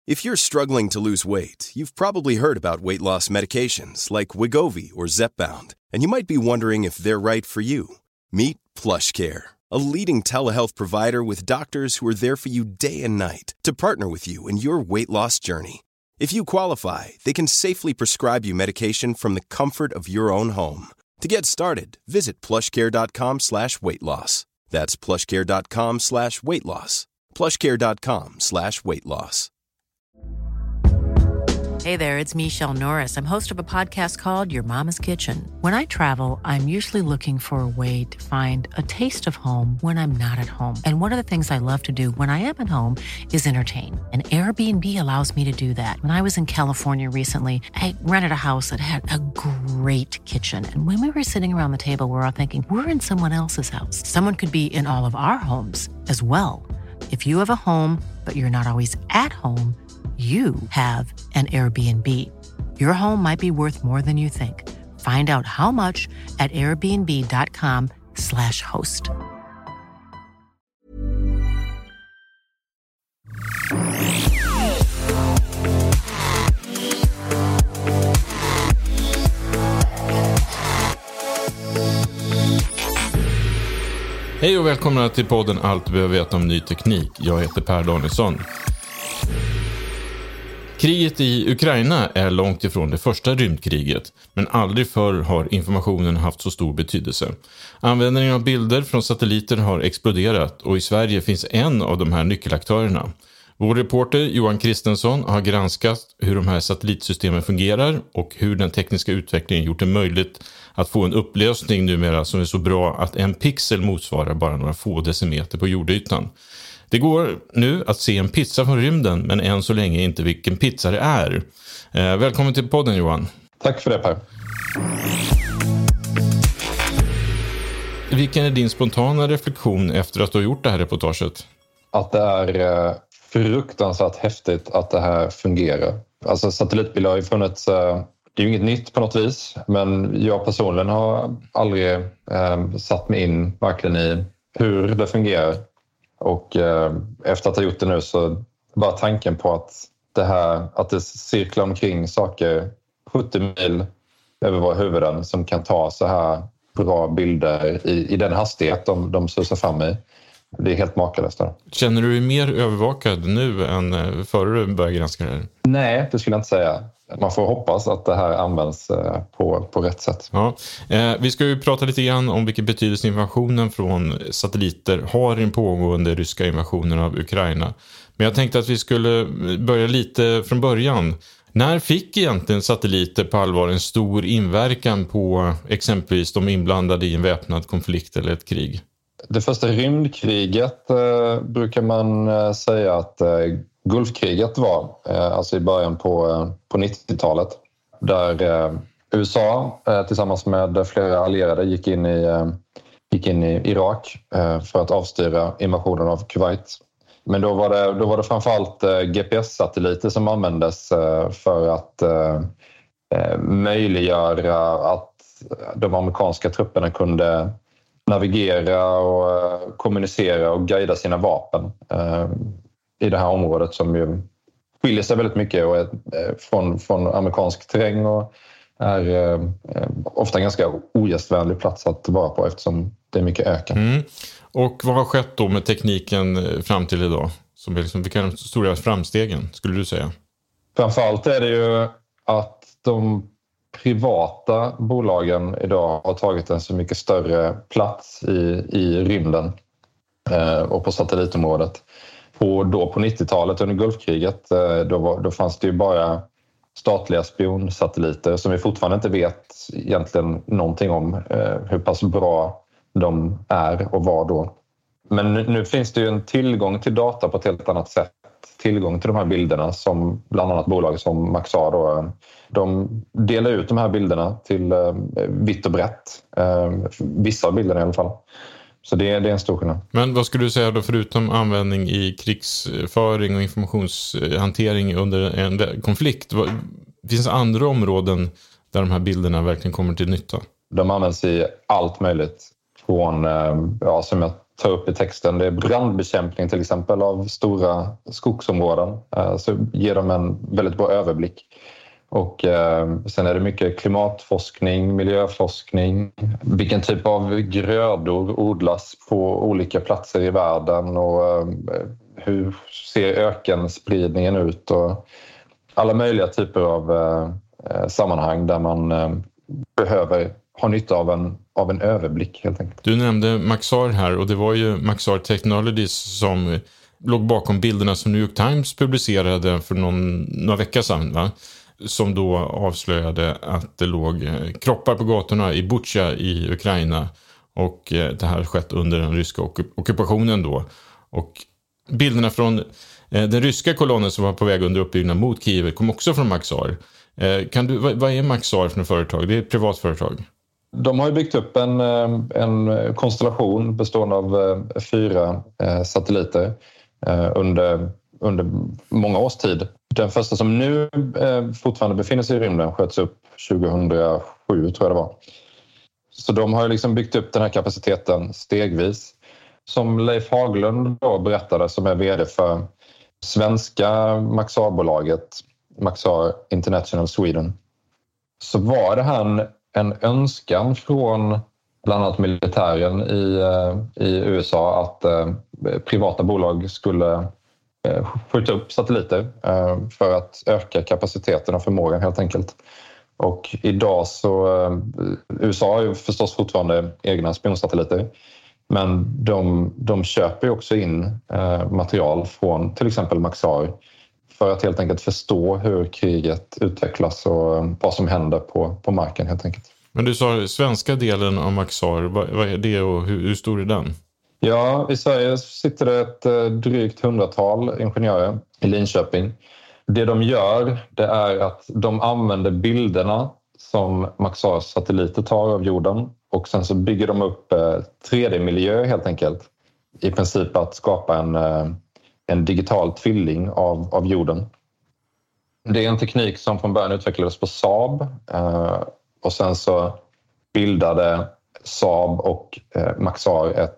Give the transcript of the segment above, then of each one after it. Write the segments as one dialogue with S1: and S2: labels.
S1: If you're struggling to lose weight, you've probably heard about weight loss medications like Wegovy or Zepbound, and you might be wondering if they're right for you. Meet PlushCare, a leading telehealth provider with doctors who are there for you day and night to partner with you in your weight loss journey. If you qualify, they can safely prescribe you medication from the comfort of your own home. To get started, visit plushcare.com/weightloss. That's plushcare.com/weightloss. plushcare.com/weightloss.
S2: Hey there, it's Michelle Norris. I'm host of a podcast called Your Mama's Kitchen. When I travel, I'm usually looking for a way to find a taste of home when I'm not at home. And one of the things I love to do when I am at home is entertain. And Airbnb allows me to do that. When I was in California recently, I rented a house that had a great kitchen. And when we were sitting around the table, we were all thinking, we're in someone else's house. Someone could be in all of our homes as well. If you have a home, but you're not always at home, you have an Airbnb. Your home might be worth more than you think. Find out how much at airbnb.com/host.
S3: Hej och välkomna till podden Allt du behöver veta om ny teknik. Jag heter Per Danielsson. Kriget i Ukraina är långt ifrån det första rymdkriget, men aldrig förr har informationen haft så stor betydelse. Användningen av bilder från satelliter har exploderat och i Sverige finns en av de här nyckelaktörerna. Vår reporter Johan Kristensson har granskat hur de här satellitsystemen fungerar och hur den tekniska utvecklingen gjort det möjligt att få en upplösning numera som är så bra att en pixel motsvarar bara några få decimeter på jordytan. Det går nu att se en pizza från rymden, men än så länge inte vilken pizza det är. Välkommen till podden, Johan.
S4: Tack för det, Per.
S3: Vilken är din spontana reflektion efter att du har gjort det här reportaget?
S4: Att det är fruktansvärt häftigt att det här fungerar. Alltså satellitbilder har ju funnits, det är ju inget nytt på något vis, men jag personligen har aldrig satt mig in verkligen i hur det fungerar. Och efter att ha gjort det nu så bara tanken på att det cirklar omkring saker 70 mil över våra huvuden som kan ta så här bra bilder i den hastighet de susar fram i. Det är helt makalöst.
S3: Känner du dig mer övervakad nu än före du började granska det här?
S4: Nej, det skulle jag inte säga. Man får hoppas att det här används på rätt sätt.
S3: Ja. Vi ska ju prata lite grann om vilken betydelse informationen från satelliter har i den pågående ryska invasionen av Ukraina. Men jag tänkte att vi skulle börja lite från början. När fick egentligen satelliter på allvar en stor inverkan på exempelvis de inblandade i en väpnad konflikt eller ett krig?
S4: Det första rymdkriget brukar man säga att Gulfkriget var, alltså i början på 90-talet, där USA tillsammans med flera allierade gick in i Irak för att avstyra invasionen av Kuwait. Men då var det framförallt GPS-satelliter som användes för att möjliggöra att de amerikanska trupperna kunde navigera och kommunicera och guida sina vapen i det här området som ju skiljer sig väldigt mycket och är från amerikansk terräng och är ofta en ganska ogästvänlig plats att vara på eftersom det är mycket öken.
S3: Mm. Och vad har skett då med tekniken fram till idag? Som är liksom, vilka är de stora framstegen, skulle du säga?
S4: Framförallt är det ju att de privata bolagen idag har tagit en så mycket större plats i rymden och på satellitområdet. På 90-talet under Gulfkriget då fanns det ju bara statliga spionsatelliter som vi fortfarande inte vet egentligen någonting om hur pass bra de är och var då. Men nu finns det ju en tillgång till data på ett helt annat sätt. Tillgång till de här bilderna som bland annat bolag som Maxar då, de delar ut de här bilderna till vitt och brett. Vissa av bilderna i alla fall. Så det är en stor skillnad.
S3: Men vad skulle du säga då, förutom användning i krigsföring och informationshantering under en konflikt? Finns det andra områden där de här bilderna verkligen kommer till nytta?
S4: De används i allt möjligt. Från, som jag tar upp i texten. Det är brandbekämpning till exempel av stora skogsområden. Så ger de en väldigt bra överblick. Och sen är det mycket klimatforskning, miljöforskning, vilken typ av grödor odlas på olika platser i världen och hur ser ökenspridningen ut och alla möjliga typer av sammanhang där man behöver ha nytta av en överblick helt enkelt.
S3: Du nämnde Maxar här och det var ju Maxar Technologies som låg bakom bilderna som New York Times publicerade för några veckor sedan, va? Som då avslöjade att det låg kroppar på gatorna i Bucha i Ukraina och det här skett under den ryska ockupationen då. Och bilderna från den ryska kolonnen som var på väg under uppbyggnad mot Kiev kom också från Maxar. Vad är Maxar för ett företag? Det är ett privat företag.
S4: De har ju byggt upp en konstellation bestående av 4 satelliter under många års tid. Den första som nu fortfarande befinner sig i rymden sköts upp 2007 tror jag det var. Så de har ju liksom byggt upp den här kapaciteten stegvis. Som Leif Haglund då berättade, som är vd för svenska Maxar-bolaget Maxar International Sweden, så var det här en önskan från bland annat militären i USA att privata bolag skulle skjuta upp satelliter för att öka kapaciteten och förmågan helt enkelt. Och idag så USA har ju förstås fortfarande egna spionsatelliter, men de köper ju också in material från till exempel Maxar för att helt enkelt förstå hur kriget utvecklas och vad som händer på marken helt enkelt.
S3: Men du sa svenska delen av Maxar, vad är det och hur stor är den?
S4: Ja, i Sverige sitter det ett drygt 100-tal ingenjörer i Linköping. Det de gör, det är att de använder bilderna som Maxars satelliter tar av jorden och sen så bygger de upp 3D-miljö helt enkelt. I princip att skapa en digital tvilling av jorden. Det är en teknik som från början utvecklades på Saab och sen så bildade Saab och Maxar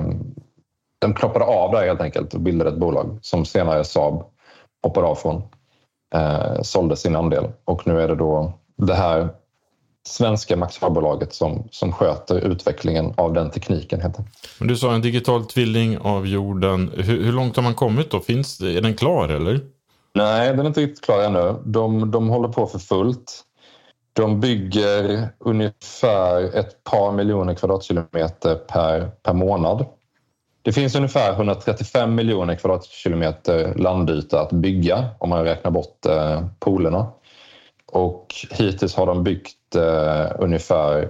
S4: de knoppade av där helt enkelt och bildade ett bolag som senare Saab hoppade av från, sålde sin andel. Och nu är det då det här svenska Maxar-bolaget som sköter utvecklingen av den tekniken. Heter.
S3: Du sa en digital tvilling av jorden. Hur långt har man kommit då? Är den klar eller?
S4: Nej, den är inte riktigt klar ännu. De håller på för fullt. De bygger ungefär ett par miljoner kvadratkilometer per månad. Det finns ungefär 135 miljoner kvadratkilometer landyta att bygga om man räknar bort polerna. Och hittills har de byggt ungefär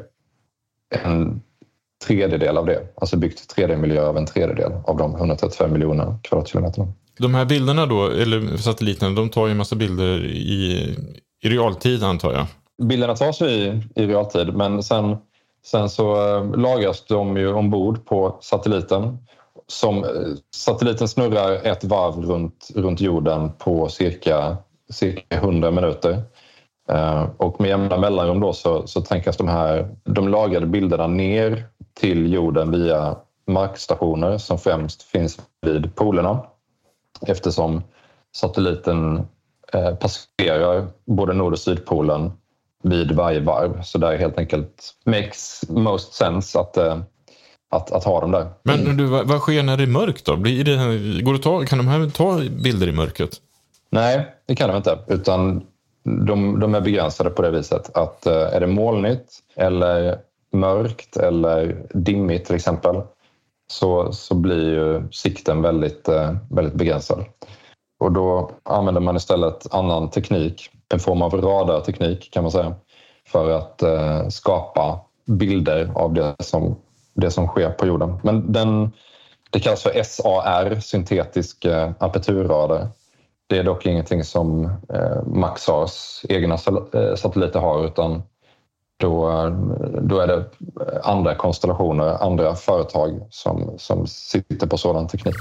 S4: en tredjedel av det. Alltså byggt 3D-miljö av en tredjedel av de 135 miljoner kvadratkilometerna. De
S3: här bilderna då, eller satelliterna, de tar ju en massa bilder i realtid antar jag.
S4: Bilderna tas ju i realtid, men sen så lagras de ju ombord på satelliten. Satelliten snurrar ett varv runt jorden på cirka 100 minuter. Och med jämna mellanrum då så tänkas de lagrade bilderna ner till jorden via markstationer som främst finns vid polerna. Eftersom satelliten passerar både nord- och sydpolen vid varje varv. Så där helt enkelt makes most sense att ha dem där.
S3: Men du, vad sker när det är mörkt då? Kan de här ta bilder i mörkret?
S4: Nej, det kan de inte. Utan de är begränsade på det viset att är det molnigt eller mörkt eller dimmigt till exempel så blir ju sikten väldigt, väldigt begränsad. Och då använder man istället annan teknik, en form av radarteknik kan man säga, för att skapa bilder av det som sker på jorden. Men det kallas för SAR, syntetisk aperturradar. Det är dock ingenting som Maxars egna satelliter har, utan då är det andra konstellationer, andra företag som sitter på sådan teknik.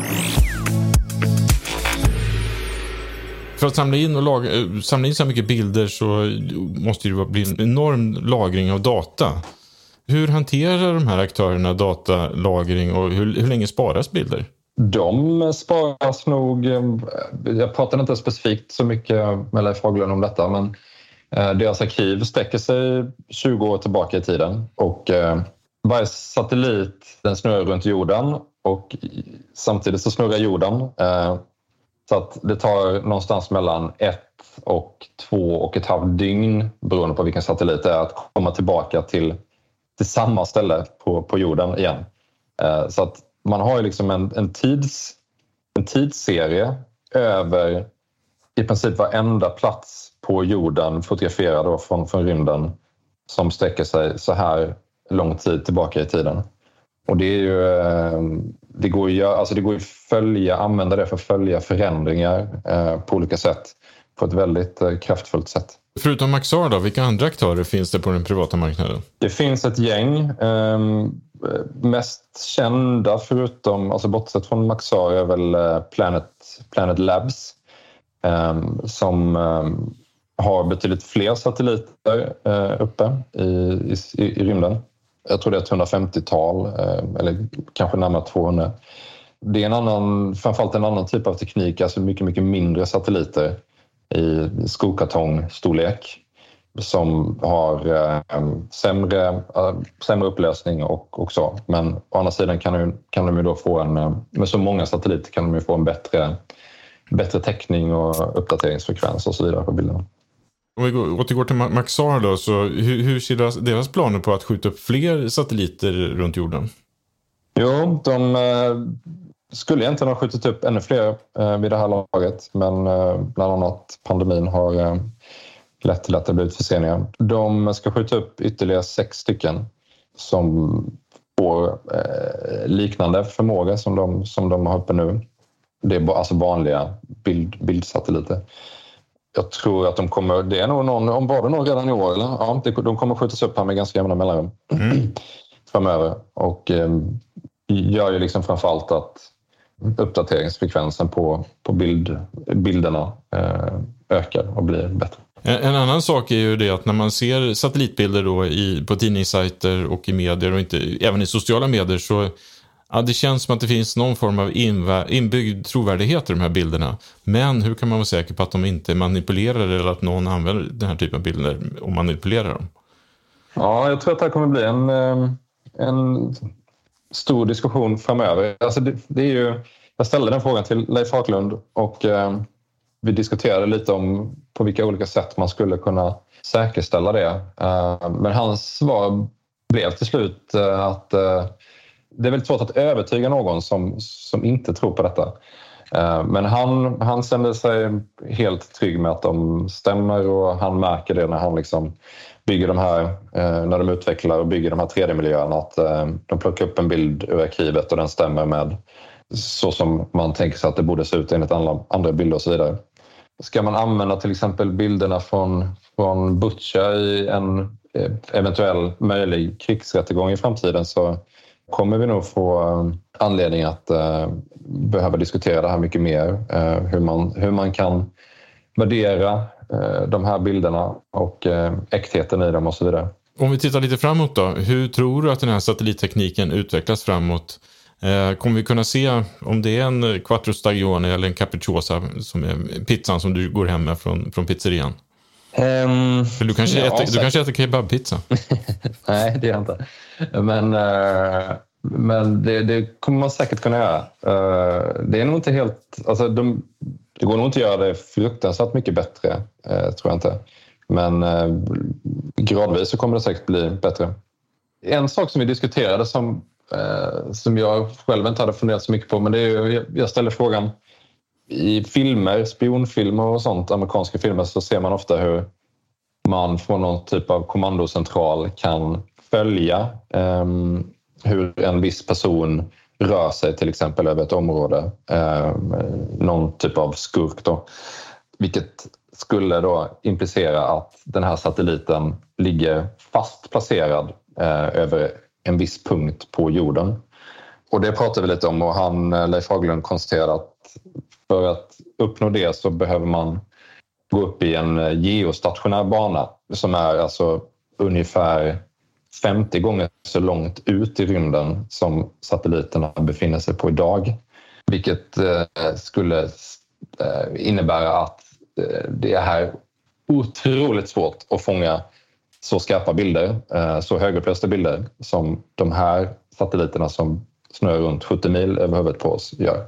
S3: För att samla in så mycket bilder så måste det bli en enorm lagring av data. Hur hanterar de här aktörerna datalagring och hur länge sparas bilder?
S4: De sparas nog, jag pratar inte specifikt så mycket med Leif Haglund om detta, men deras arkiv sträcker sig 20 år tillbaka i tiden och varje satellit den snurrar runt jorden och samtidigt så snurrar jorden. Så att det tar någonstans mellan 1 och 2,5 dygn beroende på vilken satellit det är att komma tillbaka till samma ställe på jorden igen. Så att man har ju liksom en tidsserie över i princip varenda plats på jorden fotograferad då från rymden som sträcker sig så här lång tid tillbaka i tiden. Och det är ju det går ju använda det för att följa förändringar på olika sätt på ett väldigt kraftfullt sätt.
S3: Förutom Maxar då, vilka andra aktörer finns det på den privata marknaden?
S4: Det finns ett gäng. Mest kända förutom, alltså bortsett från Maxar är väl Planet Labs som har betydligt fler satelliter uppe i rymden. Jag tror det är ett 150-tal eller kanske närmare 200. Det är framförallt en annan typ av teknik, alltså mycket, mycket mindre satelliter i skokartongstorlek som har sämre upplösning och så. Men å andra sidan kan de ju då få med så många satelliter kan de ju få en bättre täckning och uppdateringsfrekvens och så vidare på bilderna.
S3: Om vi återgår till Maxar då, så hur ser deras planer på att skjuta upp fler satelliter runt jorden?
S4: Jo, de skulle egentligen ha skjutit upp ännu fler vid det här laget, men bland annat pandemin har lett till att det blivit förseningar. De ska skjuta upp ytterligare 6 stycken som får liknande förmåga som de har uppe nu. Det är alltså vanliga bildsatelliter. Jag tror att de kommer, det är nog var det nog redan i år eller? Ja, de kommer skjutas upp här med ganska jämna mellanrum framöver och gör ju liksom framförallt att uppdateringsfrekvensen på bilderna ökar och blir bättre.
S3: En annan sak är ju det att när man ser satellitbilder då på tidningssajter och i medier och även i sociala medier så det känns som att det finns någon form av inbyggd trovärdighet i de här bilderna. Men hur kan man vara säker på att de inte manipulerar eller att någon använder den här typen av bilder och manipulerar dem? Ja,
S4: jag tror att det här kommer bli en stor diskussion framöver. Alltså det är ju, jag ställde den frågan till Leif Haglund och vi diskuterade lite om på vilka olika sätt man skulle kunna säkerställa det. Men hans svar blev till slut att det är väldigt svårt att övertyga någon som inte tror på detta. Men han kände sig helt trygg med att de stämmer och han märker det när han liksom bygger de här, när de utvecklar och bygger de här 3D-miljöerna, att de plockar upp en bild ur arkivet och den stämmer med så som man tänker sig att det borde se ut enligt andra bilder och så vidare. Ska man använda till exempel bilderna från Butja i en eventuell möjlig krigsrättegång i framtiden så kommer vi nog få anledning att behöva diskutera det här mycket mer. Hur man kan värdera de här bilderna och äktheten i dem och så vidare.
S3: Om vi tittar lite framåt då, hur tror du att den här satellittekniken utvecklas framåt? Kommer vi kunna se om det är en quattro stagione eller en capricciosa som är pizzan som du går hem med från pizzerian? Du kanske äter kebabpizza? Nej, det gör jag inte.
S4: Men det kommer man säkert kunna göra. Det är nog inte helt... Alltså det går nog inte att göra det fruktansvärt mycket bättre, tror jag inte. Men gradvis så kommer det säkert bli bättre. En sak som vi diskuterade som jag själv inte hade funderat så mycket på, men det är ju, jag ställer frågan i filmer, spionfilmer och sånt, amerikanska filmer, så ser man ofta hur man från någon typ av kommandocentral kan följa hur en viss person rör sig till exempel över ett område, någon typ av skurk då, vilket skulle då implicera att den här satelliten ligger fast placerad över en viss punkt på jorden. Och det pratar vi lite om och Leif Haglund konstaterade att för att uppnå det så behöver man gå upp i en geostationär bana som är alltså ungefär 50 gånger så långt ut i rymden som satelliterna befinner sig på idag. Vilket skulle innebära att det är här otroligt svårt att fånga så skarpa bilder, så högupplösta bilder som de här satelliterna som snurrar runt 70 mil över huvudet på oss gör.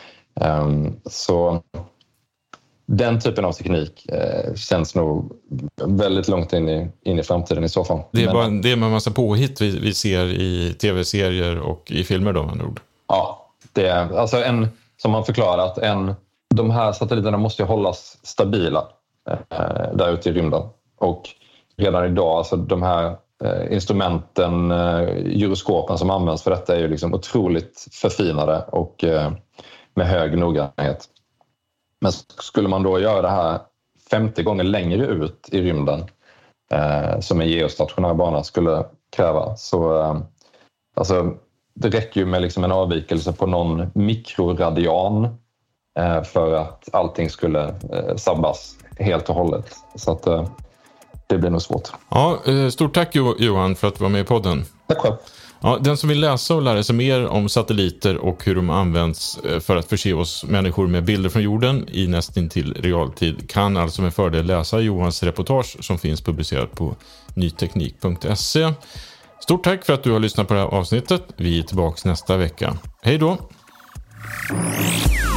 S4: Så den typen av teknik känns nog väldigt långt in i framtiden i så fall.
S3: Det är bara det med en massa påhitt vi ser i tv-serier och i filmer då, med andra ord.
S4: Ja, det är alltså som man förklarat, de här satelliterna måste ju hållas stabila där ute i rymden. Och redan idag, alltså de här instrumenten, gyroskopen som används för detta är ju liksom otroligt förfinade och med hög noggrannhet. Men skulle man då göra det här 50 gånger längre ut i rymden som en geostationär bana skulle kräva, så alltså, det räcker ju med liksom en avvikelse på någon mikroradian för att allting skulle sabbas helt och hållet. Så att det blir nog svårt.
S3: Ja, stort tack Johan för att du var med i podden.
S4: Tack själv.
S3: Ja, den som vill läsa och lära sig mer om satelliter och hur de används för att förse oss människor med bilder från jorden i nästintill realtid kan alltså med fördel läsa Johans reportage som finns publicerat på nyteknik.se. Stort tack för att du har lyssnat på det här avsnittet. Vi är tillbaka nästa vecka. Hej då!